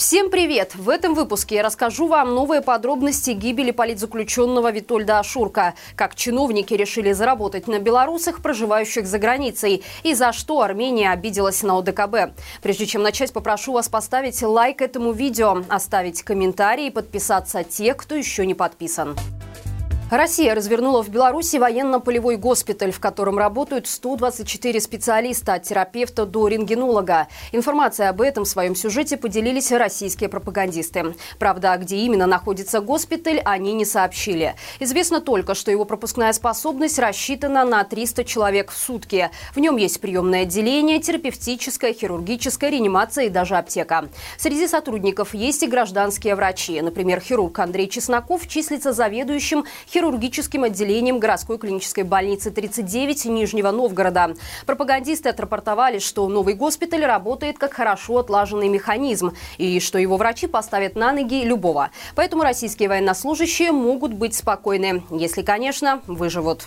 Всем привет! В этом выпуске я расскажу вам новые подробности гибели политзаключенного Витольда Ашурка, как чиновники решили заработать на белорусах, проживающих за границей, и за что Армения обиделась на ОДКБ. Прежде чем начать, попрошу вас поставить лайк этому видео, оставить комментарий и подписаться те, кто еще не подписан. Россия развернула в Беларуси военно-полевой госпиталь, в котором работают 124 специалиста, от терапевта до рентгенолога. Информацией об этом в своем сюжете поделились российские пропагандисты. Правда, где именно находится госпиталь, они не сообщили. Известно только, что его пропускная способность рассчитана на 300 человек в сутки. В нем есть приемное отделение, терапевтическая, хирургическая, реанимация и даже аптека. Среди сотрудников есть и гражданские врачи. Например, хирург Андрей Чесноков числится заведующим хирургическим отделением городской клинической больницы 39 Нижнего Новгорода. Пропагандисты отрапортовали, что новый госпиталь работает как хорошо отлаженный механизм и что его врачи поставят на ноги любого. Поэтому российские военнослужащие могут быть спокойны, если, конечно, выживут.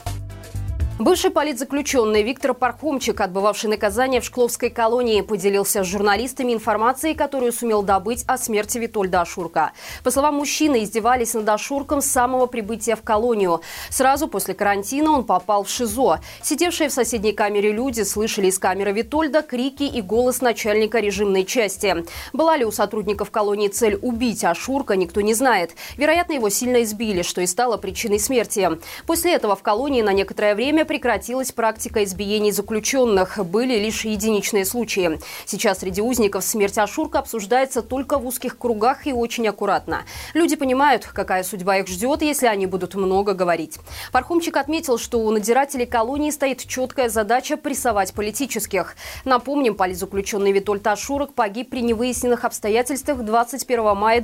Бывший политзаключенный Виктор Пархомчик, отбывавший наказание в Шкловской колонии, поделился с журналистами информацией, которую сумел добыть о смерти Витольда Ашурка. По словам мужчины, издевались над Ашурком с самого прибытия в колонию. Сразу после карантина он попал в ШИЗО. Сидевшие в соседней камере люди слышали из камеры Витольда крики и голос начальника режимной части. Была ли у сотрудников колонии цель убить Ашурка, никто не знает. Вероятно, его сильно избили, что и стало причиной смерти. После этого в колонии на некоторое время прекратилась практика избиений заключенных. Были лишь единичные случаи. Сейчас среди узников смерть Ашурка обсуждается только в узких кругах и очень аккуратно. Люди понимают, какая судьба их ждет, если они будут много говорить. Пархомчик отметил, что у надзирателей колонии стоит четкая задача прессовать политических. Напомним, политзаключенный Витольд Ашурок погиб при невыясненных обстоятельствах 21 мая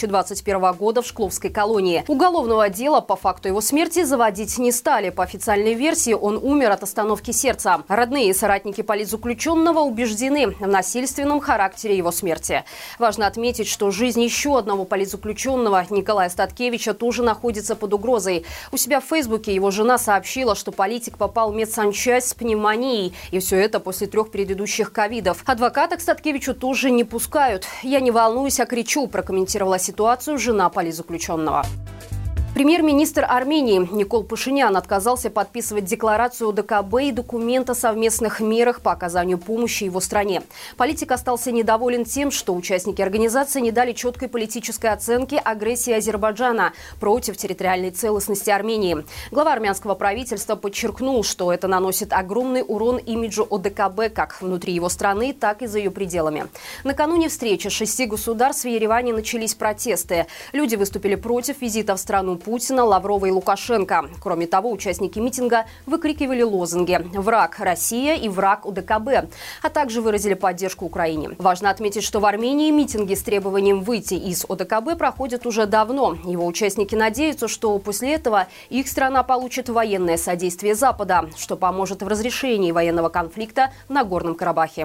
2021 года в Шкловской колонии. Уголовного дела по факту его смерти заводить не стали. По официальной версии, он умер от остановки сердца. Родные и соратники политзаключенного убеждены в насильственном характере его смерти. Важно отметить, что жизнь еще одного политзаключенного, Николая Статкевича, тоже находится под угрозой. У себя в Фейсбуке его жена сообщила, что политик попал в медсанчасть с пневмонией. И все это после 3 предыдущих ковидов. Адвоката к Статкевичу тоже не пускают. «Я не волнуюсь, а кричу», прокомментировала ситуацию жена политзаключенного. Премьер-министр Армении Никол Пашинян отказался подписывать декларацию ОДКБ и документ о совместных мерах по оказанию помощи его стране. Политик остался недоволен тем, что участники организации не дали четкой политической оценки агрессии Азербайджана против территориальной целостности Армении. Глава армянского правительства подчеркнул, что это наносит огромный урон имиджу ОДКБ как внутри его страны, так и за ее пределами. Накануне встречи 6 государств в Ереване начались протесты. Люди выступили против визита в страну Путина, Лаврова и Лукашенко. Кроме того, участники митинга выкрикивали лозунги «Враг Россия» и «Враг ОДКБ», а также выразили поддержку Украине. Важно отметить, что в Армении митинги с требованием выйти из ОДКБ проходят уже давно. Его участники надеются, что после этого их страна получит военное содействие Запада, что поможет в разрешении военного конфликта в Нагорном Карабахе.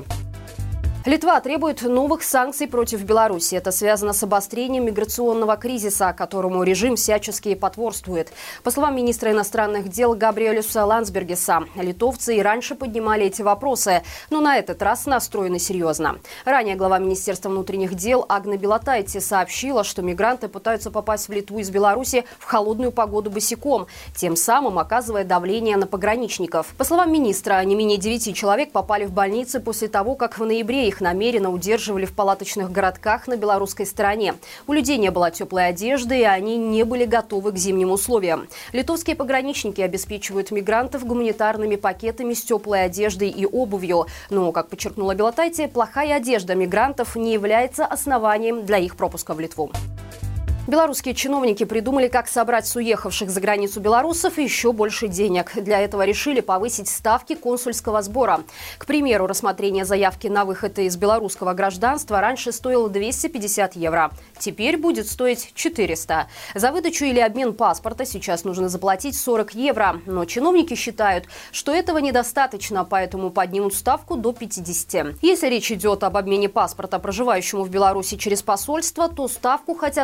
Литва требует новых санкций против Беларуси. Это связано с обострением миграционного кризиса, которому режим всячески потворствует. По словам министра иностранных дел Габриэлюса Ландсбергиса, литовцы и раньше поднимали эти вопросы, но на этот раз настроены серьезно. Ранее глава Министерства внутренних дел Агна Белотайте сообщила, что мигранты пытаются попасть в Литву из Беларуси в холодную погоду босиком, тем самым оказывая давление на пограничников. По словам министра, не менее 9 человек попали в больницы после того, как в ноябре их намеренно удерживали в палаточных городках на белорусской стороне. У людей не было теплой одежды, и они не были готовы к зимним условиям. Литовские пограничники обеспечивают мигрантов гуманитарными пакетами с теплой одеждой и обувью. Но, как подчеркнула Белотайте, плохая одежда мигрантов не является основанием для их пропуска в Литву. Белорусские чиновники придумали, как собрать с уехавших за границу белорусов еще больше денег. Для этого решили повысить ставки консульского сбора. К примеру, рассмотрение заявки на выход из белорусского гражданства раньше стоило 250 евро. Теперь будет стоить 400. За выдачу или обмен паспорта сейчас нужно заплатить 40 евро. Но чиновники считают, что этого недостаточно, поэтому поднимут ставку до 50. Если речь идет об обмене паспорта проживающему в Беларуси через посольство, то ставку хотят оставить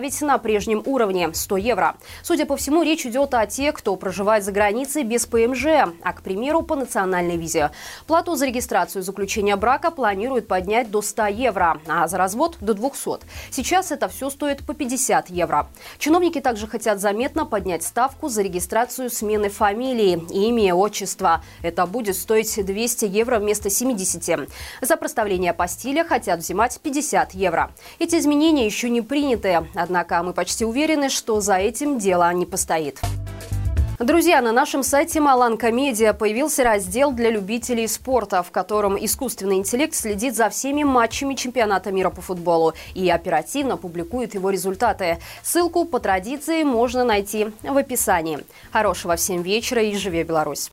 оставить на прежнем уровне – 100 евро. Судя по всему, речь идет о тех, кто проживает за границей без ПМЖ, а, к примеру, по национальной визе. Плату за регистрацию и заключение брака планируют поднять до 100 евро, а за развод – до 200. Сейчас это все стоит по 50 евро. Чиновники также хотят заметно поднять ставку за регистрацию смены фамилии, имя, отчества. Это будет стоить 200 евро вместо 70. За проставление апостиля хотят взимать 50 евро. Эти изменения еще не приняты, однако мы почти уверены, что за этим дело не постоит. Друзья, на нашем сайте Маланка Медиа появился раздел для любителей спорта, в котором искусственный интеллект следит за всеми матчами чемпионата мира по футболу и оперативно публикует его результаты. Ссылку по традиции можно найти в описании. Хорошего всем вечера и живи Беларусь!